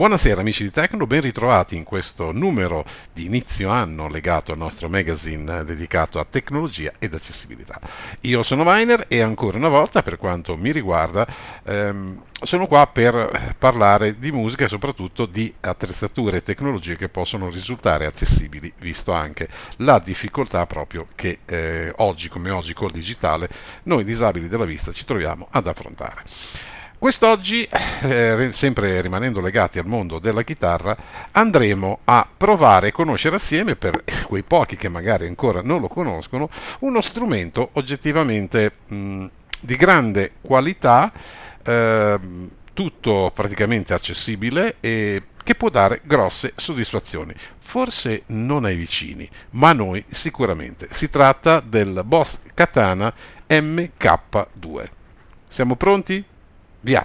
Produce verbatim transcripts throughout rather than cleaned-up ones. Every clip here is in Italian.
Buonasera amici di Tecno, ben ritrovati in questo numero di inizio anno legato al nostro magazine dedicato a tecnologia ed accessibilità. Io sono Weiner e ancora una volta, per quanto mi riguarda, ehm, sono qua per parlare di musica e soprattutto di attrezzature e tecnologie che possono risultare accessibili, visto anche la difficoltà proprio che eh, oggi, come oggi col digitale, noi disabili della vista ci troviamo ad affrontare. Quest'oggi, eh, sempre rimanendo legati al mondo della chitarra, andremo a provare a conoscere assieme, per quei pochi che magari ancora non lo conoscono, uno strumento oggettivamente mh, di grande qualità, eh, tutto praticamente accessibile e che può dare grosse soddisfazioni. Forse non ai vicini, ma a noi sicuramente. Si tratta del Boss Katana M K due. Siamo pronti? Via!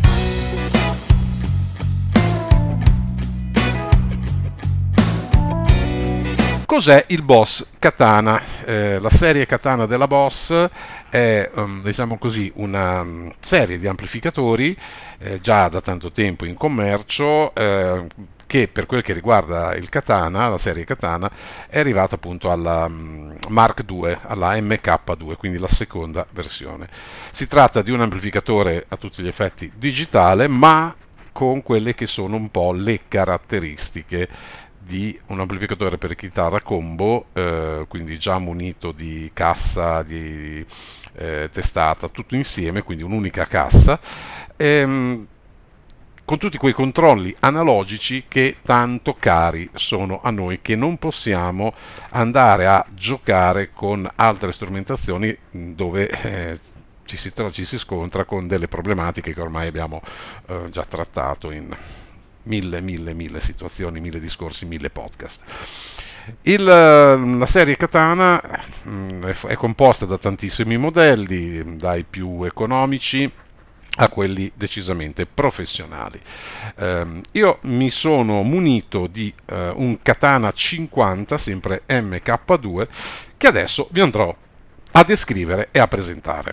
Cos'è il Boss Katana? Eh, la serie Katana della Boss è, um, diciamo così, una um, serie di amplificatori eh, già da tanto tempo in commercio, eh, che per quel che riguarda il Katana, la serie Katana, è arrivata appunto alla um, Mark due, alla M K due, quindi la seconda versione. Si tratta di un amplificatore a tutti gli effetti digitale, ma con quelle che sono un po' le caratteristiche di un amplificatore per chitarra combo, eh, quindi già munito di cassa, di eh, testata, tutto insieme, quindi un'unica cassa, ehm, con tutti quei controlli analogici che tanto cari sono a noi, che non possiamo andare a giocare con altre strumentazioni dove eh, ci, si, ci si scontra con delle problematiche che ormai abbiamo eh, già trattato in mille, mille, mille situazioni, mille discorsi, mille podcast. Il, la serie Katana mh, è, è composta da tantissimi modelli, dai più economici a quelli decisamente professionali. Eh, io mi sono munito di eh, un Katana cinquanta, sempre M K due, che adesso vi andrò a descrivere e a presentare.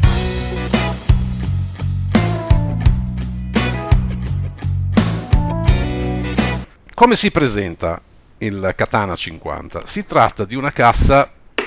Come si presenta il Katana cinquanta? Si tratta di una cassa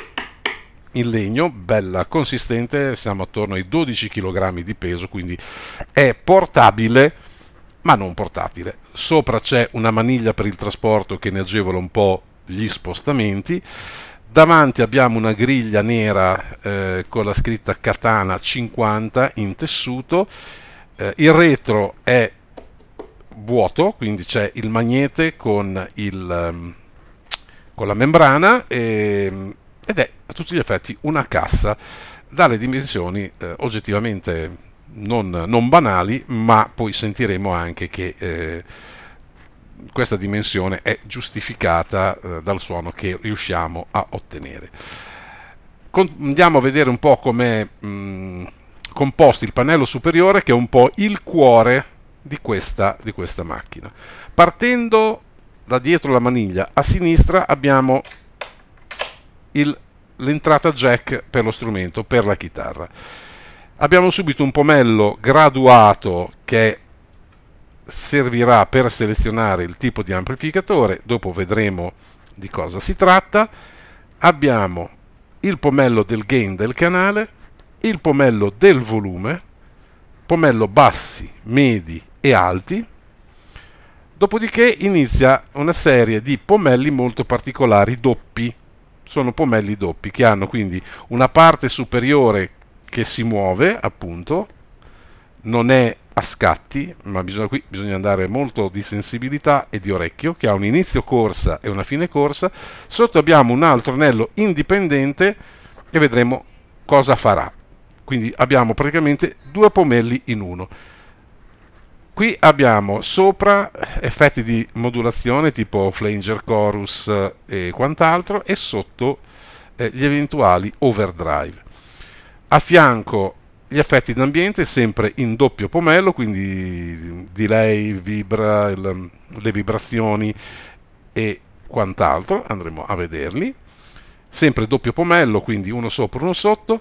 in legno, bella consistente, siamo attorno ai dodici chilogrammi di peso, quindi è portabile ma non portatile. Sopra c'è una maniglia per il trasporto che ne agevola un po' gli spostamenti. Davanti abbiamo una griglia nera eh, con la scritta Katana cinquanta in tessuto. Eh, il retro è vuoto, quindi c'è il magnete con, il, um, con la membrana e, ed è a tutti gli effetti una cassa dalle dimensioni eh, oggettivamente non, non banali, ma poi sentiremo anche che eh, questa dimensione è giustificata eh, dal suono che riusciamo a ottenere. Con, andiamo a vedere un po' com'è mh, composto il pannello superiore, che è un po' il cuore di questa, di questa macchina. Partendo da dietro la maniglia a sinistra abbiamo il, l'entrata jack per lo strumento, per la chitarra. Abbiamo subito un pomello graduato che servirà per selezionare il tipo di amplificatore, dopo vedremo di cosa si tratta. Abbiamo il pomello del gain del canale, il pomello del volume, pomello bassi, medi e alti. Dopodiché inizia una serie di pomelli molto particolari, doppi. Sono pomelli doppi che hanno quindi una parte superiore che si muove, appunto, non è a scatti, ma bisogna, qui bisogna andare molto di sensibilità e di orecchio, che ha un inizio corsa e una fine corsa. Sotto abbiamo un altro anello indipendente e vedremo cosa farà. Quindi abbiamo praticamente due pomelli in uno. Qui abbiamo sopra effetti di modulazione tipo flanger, chorus e quant'altro, e sotto eh, gli eventuali overdrive. A fianco gli effetti d'ambiente sempre in doppio pomello, quindi delay, vibra, il, le vibrazioni e quant'altro, andremo a vederli. Sempre doppio pomello, quindi uno sopra uno sotto.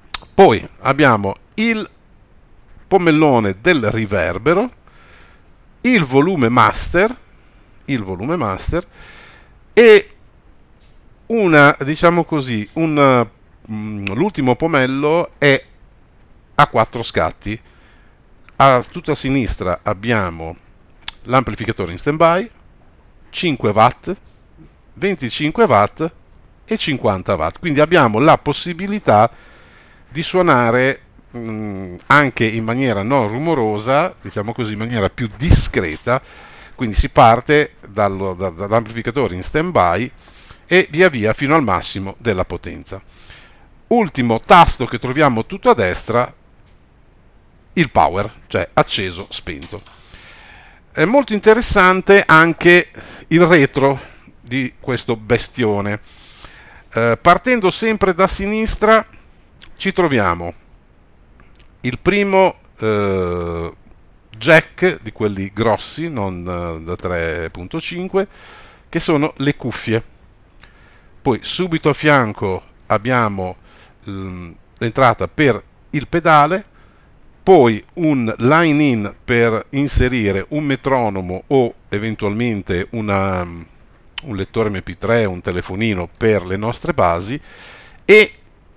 Poi abbiamo il pomellone del riverbero, il volume master, il volume master e una, diciamo così, un, um, l'ultimo pomello è a quattro scatti. A tutta a sinistra abbiamo l'amplificatore in standby, cinque watt, venticinque watt e cinquanta watt, quindi abbiamo la possibilità di suonare mh, anche in maniera non rumorosa, diciamo così, in maniera più discreta. Quindi si parte dal, da, dall'amplificatore in standby e via via fino al massimo della potenza. Ultimo tasto che troviamo tutto a destra, il power, cioè acceso, spento. È molto interessante anche il retro di questo bestione. Eh, partendo sempre da sinistra ci troviamo il primo eh, jack di quelli grossi, non eh, da tre virgola cinque, che sono le cuffie. Poi subito a fianco abbiamo l- l'entrata per il pedale, poi un line in per inserire un metronomo o eventualmente una, un lettore emme pi tre, un telefonino per le nostre basi, e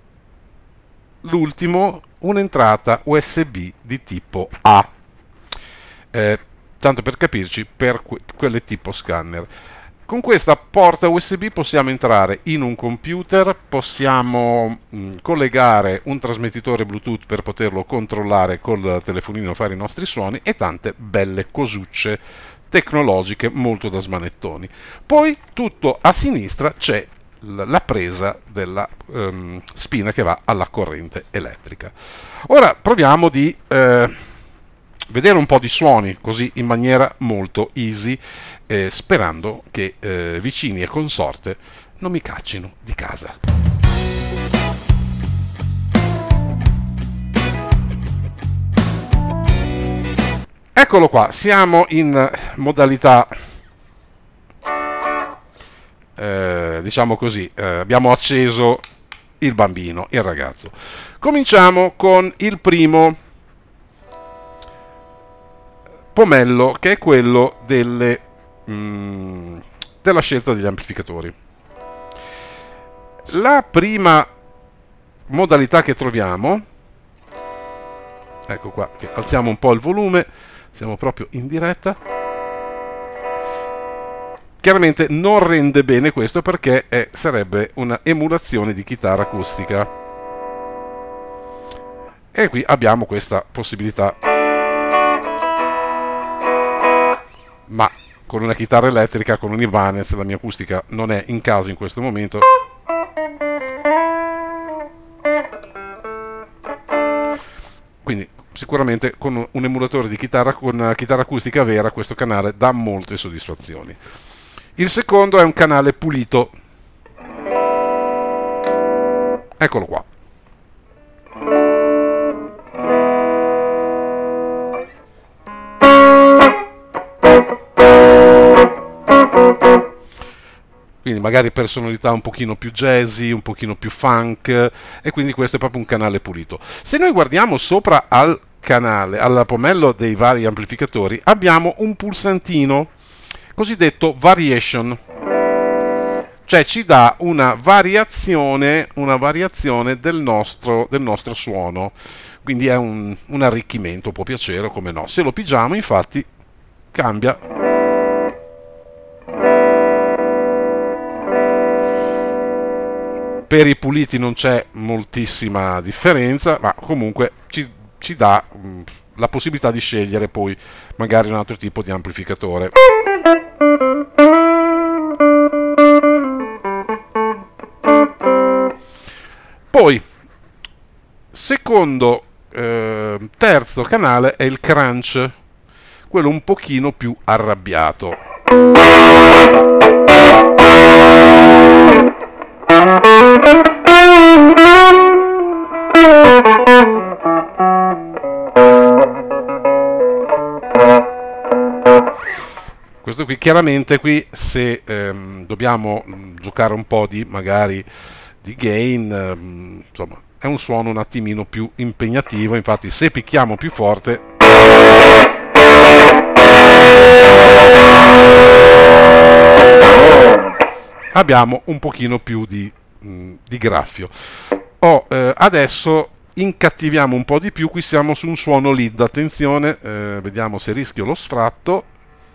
l'ultimo un'entrata U S B di tipo A, eh, tanto per capirci, per que- quelle tipo scanner. Con questa porta U S B possiamo entrare in un computer, possiamo mh, collegare un trasmettitore Bluetooth per poterlo controllare col telefonino, fare i nostri suoni e tante belle cosucce tecnologiche molto da smanettoni. Poi tutto a sinistra c'è l- la presa della um, spina che va alla corrente elettrica. Ora proviamo di eh, vedere un po' di suoni così in maniera molto easy, Eh, sperando che eh, vicini e consorte non mi caccino di casa. Eccolo qua, siamo in modalità eh, diciamo così, eh, abbiamo acceso il bambino, il ragazzo. Cominciamo con il primo pomello, che è quello delle della scelta degli amplificatori. La prima modalità che troviamo, ecco qua, che alziamo un po' il volume, siamo proprio in diretta. Chiaramente non rende bene questo perché è, sarebbe una emulazione di chitarra acustica, e qui abbiamo questa possibilità, ma con una chitarra elettrica, con un Ibanez, la mia acustica non è in caso in questo momento. Quindi sicuramente con un emulatore di chitarra, con una chitarra acustica vera, questo canale dà molte soddisfazioni. Il secondo è un canale pulito. Eccolo qua. Quindi magari personalità un pochino più jazzy, un pochino più funk, e quindi questo è proprio un canale pulito. Se noi guardiamo sopra al canale, al pomello dei vari amplificatori, abbiamo un pulsantino cosiddetto variation, cioè ci dà una variazione, una variazione del nostro, del nostro suono. Quindi è un, un arricchimento, può piacere o come no. Se lo pigiamo, infatti, cambia. Per i puliti non c'è moltissima differenza, ma comunque ci, ci dà mh, la possibilità di scegliere poi magari un altro tipo di amplificatore. Poi, secondo, eh, terzo canale è il crunch, quello un pochino più arrabbiato. Questo qui, chiaramente qui se ehm, dobbiamo giocare un po' di magari di gain, ehm, insomma è un suono un attimino più impegnativo, infatti se picchiamo più forte abbiamo un pochino più di, mh, di graffio. Oh, eh, adesso incattiviamo un po' di più, qui siamo su un suono lead, attenzione, eh, vediamo se rischio lo sfratto.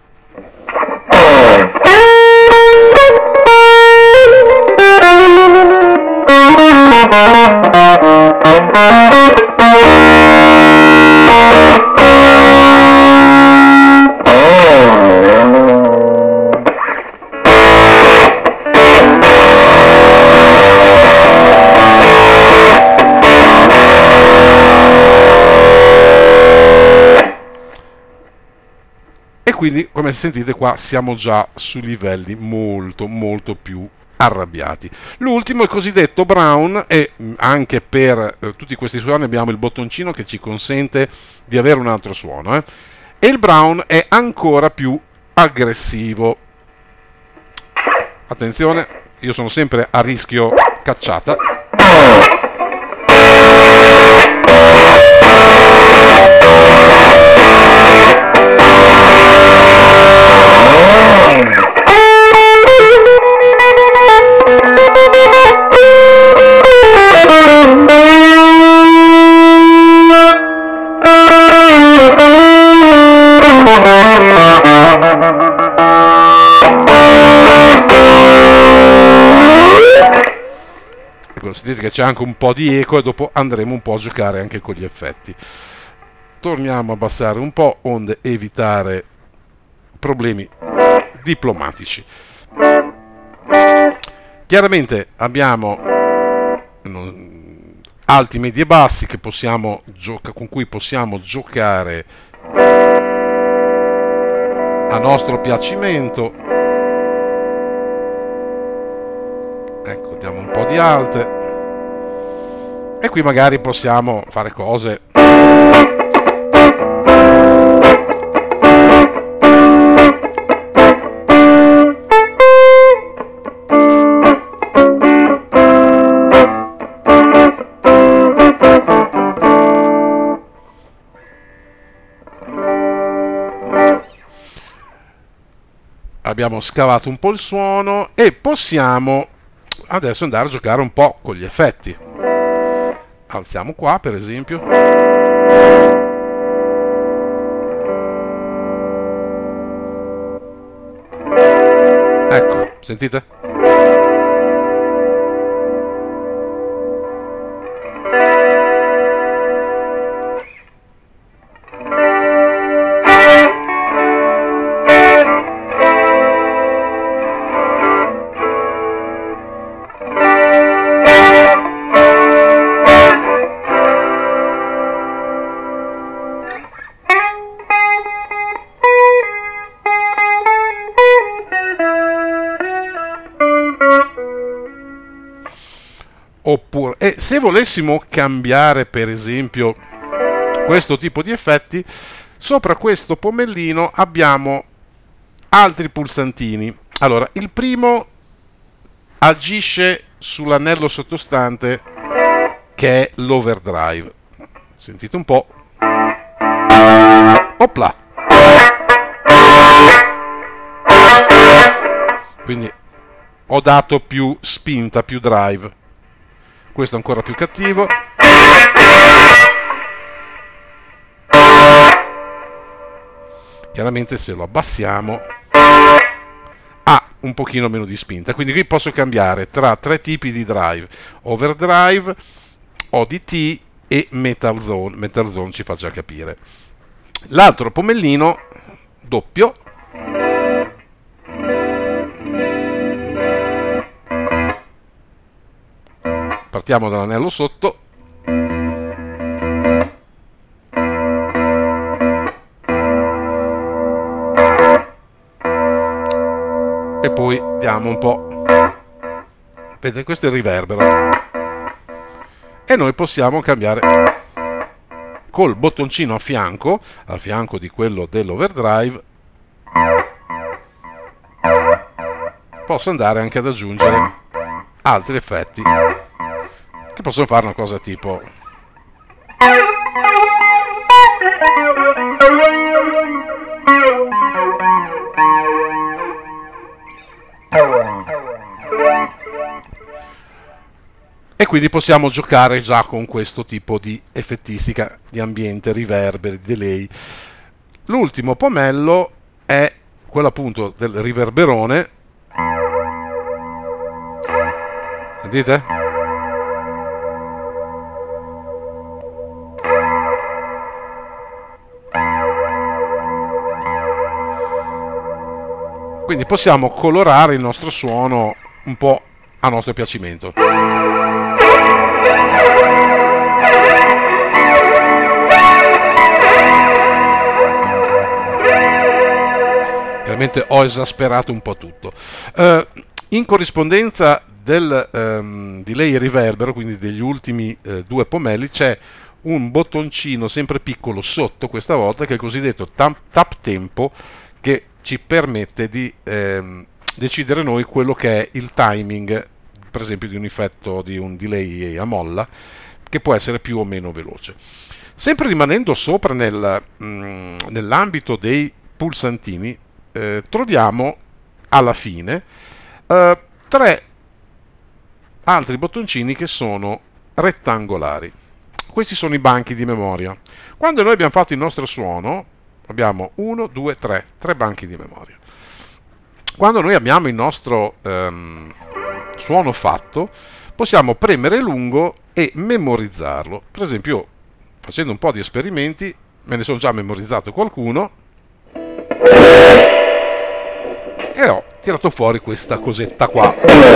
E quindi, come sentite qua, siamo già su livelli molto molto più arrabbiati. L'ultimo, il cosiddetto brown, e anche per eh, tutti questi suoni abbiamo il bottoncino che ci consente di avere un altro suono, eh. E il brown è ancora più aggressivo. Attenzione, io sono sempre a rischio cacciata. Sentite che c'è anche un po' di eco e dopo andremo un po' a giocare anche con gli effetti. Torniamo a abbassare un po' onde evitare problemi diplomatici. Chiaramente abbiamo alti, medi e bassi che possiamo gioca- con cui possiamo giocare a nostro piacimento. Ecco, diamo un po' di alte. E qui magari possiamo fare cose. Abbiamo scavato un po' il suono e possiamo adesso andare a giocare un po' con gli effetti. Alziamo qua, per esempio. Ecco, sentite? Oppure, e se volessimo cambiare per esempio questo tipo di effetti, sopra questo pomellino abbiamo altri pulsantini. Allora, il primo agisce sull'anello sottostante che è l'overdrive. Sentite un po'. Opla! Quindi ho dato più spinta, più drive. Questo è ancora più cattivo. Chiaramente se lo abbassiamo ha un pochino meno di spinta, quindi qui posso cambiare tra tre tipi di drive: overdrive, O D T e metal zone. Metal zone ci fa già capire. L'altro pomellino doppio partiamo dall'anello sotto e poi diamo un po'. Vedete, questo è il riverbero e noi possiamo cambiare col bottoncino a fianco, a fianco di quello dell'overdrive. Posso andare anche ad aggiungere altri effetti che possono fare una cosa tipo e quindi possiamo giocare già con questo tipo di effettistica di ambiente, riverberi, delay. L'ultimo pomello è quello appunto del riverberone. Sentite? Quindi possiamo colorare il nostro suono un po' a nostro piacimento. Chiaramente ho esasperato un po' tutto. Uh, in corrispondenza del um, delay riverbero, quindi degli ultimi uh, due pomelli, c'è un bottoncino sempre piccolo sotto questa volta, che è il cosiddetto tap, tap tempo, che ci permette di ehm, decidere noi quello che è il timing, per esempio, di un effetto di un delay a molla, che può essere più o meno veloce. Sempre rimanendo sopra nel, mh, nell'ambito dei pulsantini, eh, troviamo alla fine eh, tre altri bottoncini che sono rettangolari. Questi sono i banchi di memoria. Quando noi abbiamo fatto il nostro suono, abbiamo uno, due, tre, tre banchi di memoria. Quando noi abbiamo il nostro ehm, suono fatto, possiamo premere lungo e memorizzarlo. Per esempio, io, facendo un po' di esperimenti, me ne sono già memorizzato qualcuno e ho tirato fuori questa cosetta qua.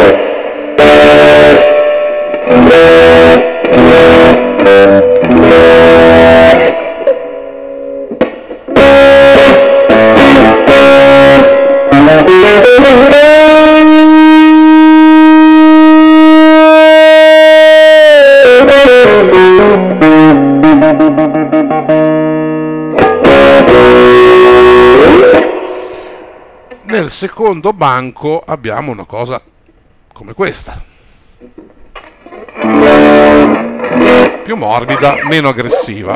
Nel secondo banco abbiamo una cosa come questa, più morbida, meno aggressiva.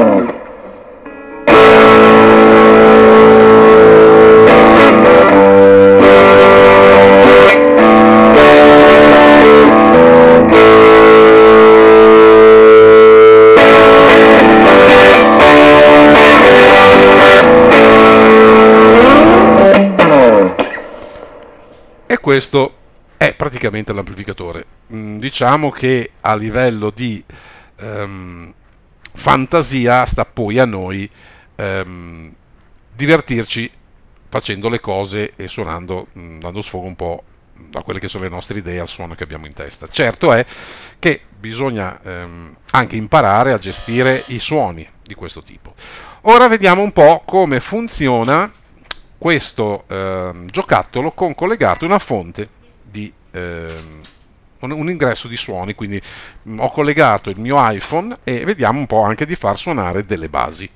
E questo è praticamente l'amplificatore. Mm, diciamo che a livello di um, fantasia sta poi a noi um, divertirci facendo le cose e suonando, mh, dando sfogo un po' a quelle che sono le nostre idee, al suono che abbiamo in testa. Certo è che bisogna ehm, anche imparare a gestire i suoni di questo tipo. Ora vediamo un po' come funziona questo ehm, giocattolo con collegato una fonte di ehm, un, un ingresso di suoni, quindi mh, ho collegato il mio iPhone e vediamo un po' anche di far suonare delle basi.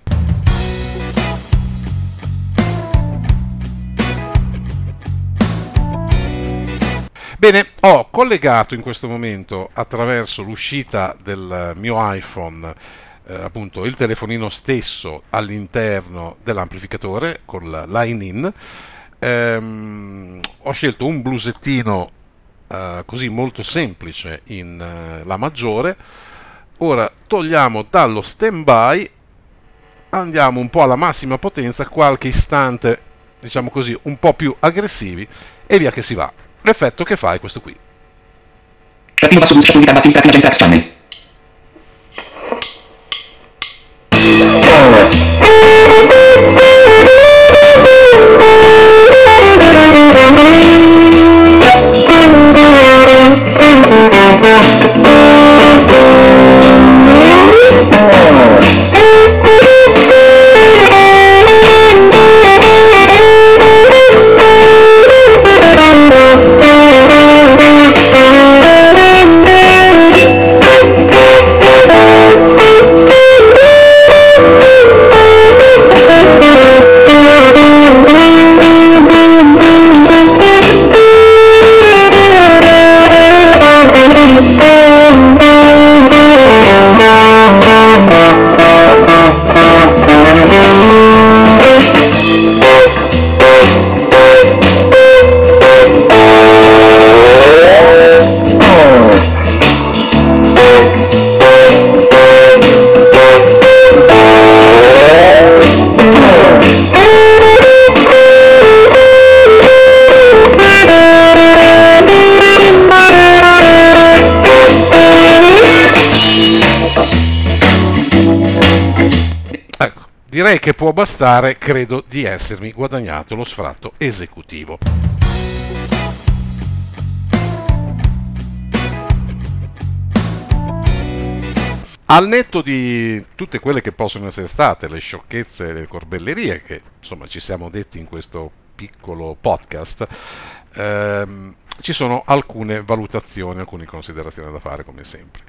Bene, ho collegato in questo momento attraverso l'uscita del mio iPhone eh, appunto il telefonino stesso all'interno dell'amplificatore con la line in. Ehm, ho scelto un blusettino eh, così molto semplice in eh, La maggiore. Ora togliamo dallo standby, andiamo un po' alla massima potenza, qualche istante diciamo così un po' più aggressivi e via che si va. L'effetto che fa è questo qui. Cattivo basso musica pubblica battuta agente externe. direi che può bastare, credo di essermi guadagnato lo sfratto esecutivo. Al netto di tutte quelle che possono essere state le sciocchezze e le corbellerie che insomma ci siamo detti in questo piccolo podcast, ehm, ci sono alcune valutazioni, alcune considerazioni da fare come sempre.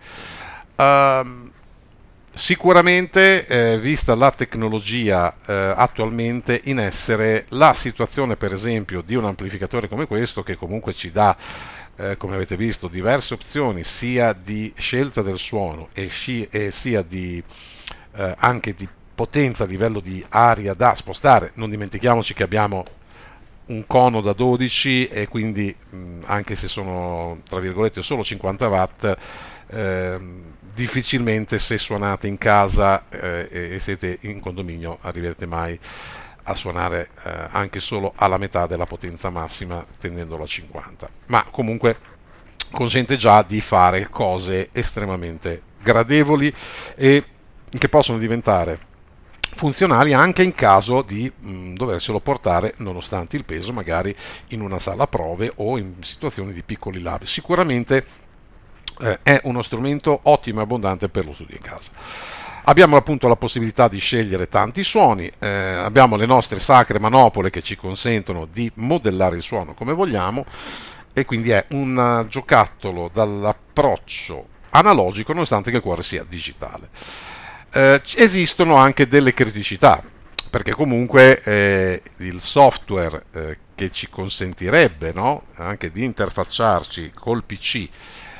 Um, sicuramente, eh, vista la tecnologia eh, attualmente in essere, la situazione per esempio di un amplificatore come questo, che comunque ci dà Eh, come avete visto, diverse opzioni sia di scelta del suono e, sci- e sia di, eh, anche di potenza a livello di aria da spostare. Non dimentichiamoci che abbiamo un cono da dodici e quindi mh, anche se sono tra virgolette solo cinquanta watt, eh, difficilmente se suonate in casa eh, e siete in condominio arriverete mai a suonare eh, anche solo alla metà della potenza massima tendendolo a cinquanta, ma comunque consente già di fare cose estremamente gradevoli e che possono diventare funzionali anche in caso di mh, doverselo portare, nonostante il peso, magari in una sala prove o in situazioni di piccoli lab. Sicuramente eh, è uno strumento ottimo e abbondante per lo studio in casa. Abbiamo appunto la possibilità di scegliere tanti suoni, eh, abbiamo le nostre sacre manopole che ci consentono di modellare il suono come vogliamo e quindi è un giocattolo dall'approccio analogico nonostante che il cuore sia digitale. Eh, esistono anche delle criticità, perché comunque eh, il software eh, che ci consentirebbe, no, anche di interfacciarci col P C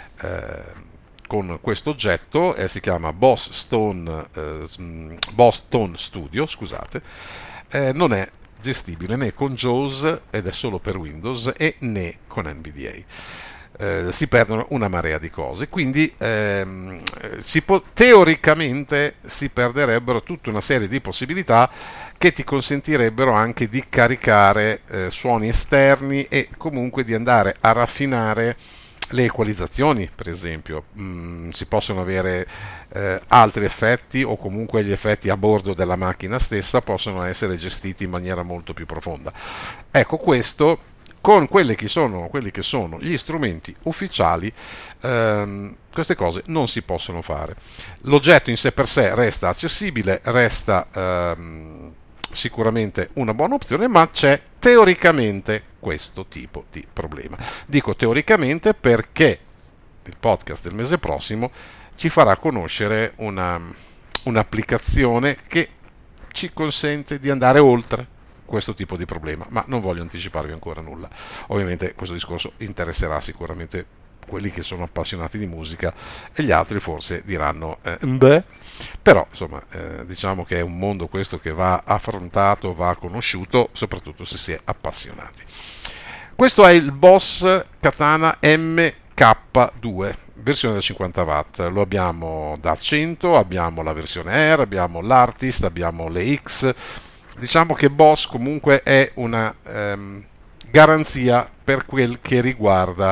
eh, con questo oggetto, eh, si chiama Boss Tone, eh, Boss Tone Studio, scusate, eh, non è gestibile né con JAWS ed è solo per Windows e né con N V D A. Eh, si perdono una marea di cose, quindi ehm, si po- teoricamente si perderebbero tutta una serie di possibilità che ti consentirebbero anche di caricare eh, suoni esterni e comunque di andare a raffinare le equalizzazioni, per esempio. Mm, si possono avere eh, altri effetti o comunque gli effetti a bordo della macchina stessa possono essere gestiti in maniera molto più profonda. Ecco, questo con quelli che sono, quelli che sono gli strumenti ufficiali, ehm, queste cose non si possono fare. L'oggetto in sé per sé resta accessibile, resta ehm, sicuramente una buona opzione, ma c'è teoricamente questo tipo di problema. Dico teoricamente perché il podcast del mese prossimo ci farà conoscere una, un'applicazione che ci consente di andare oltre questo tipo di problema, ma non voglio anticiparvi ancora nulla. Ovviamente questo discorso interesserà sicuramente quelli che sono appassionati di musica e gli altri forse diranno eh, beh, però insomma eh, diciamo che è un mondo questo che va affrontato, va conosciuto, soprattutto se si è appassionati. Questo è il Boss Katana M K due, versione da cinquanta watt, lo abbiamo da cento, abbiamo la versione R, abbiamo l'Artist, abbiamo le X. Diciamo che Boss comunque è una ehm, garanzia per quel che riguarda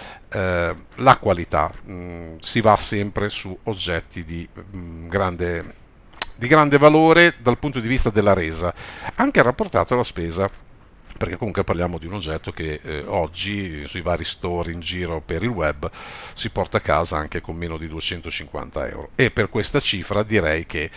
eh, la qualità. Mm, si va sempre su oggetti di, mm, grande, di grande valore dal punto di vista della resa, anche rapportato alla spesa, perché comunque parliamo di un oggetto che eh, oggi sui vari store in giro per il web si porta a casa anche con meno di duecentocinquanta euro, e per questa cifra direi che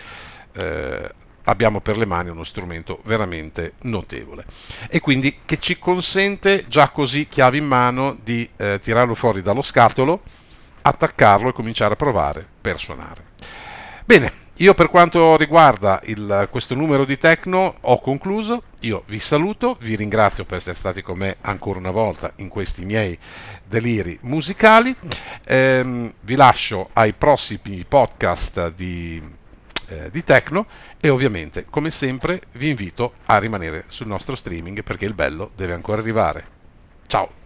eh, abbiamo per le mani uno strumento veramente notevole e quindi che ci consente già così chiave in mano di eh, tirarlo fuori dallo scatolo, attaccarlo e cominciare a provare per suonare. Bene, io per quanto riguarda il, questo numero di Tecno ho concluso. Io vi saluto, vi ringrazio per essere stati con me ancora una volta in questi miei deliri musicali, ehm, vi lascio ai prossimi podcast di di Tecno e ovviamente come sempre vi invito a rimanere sul nostro streaming perché il bello deve ancora arrivare. Ciao!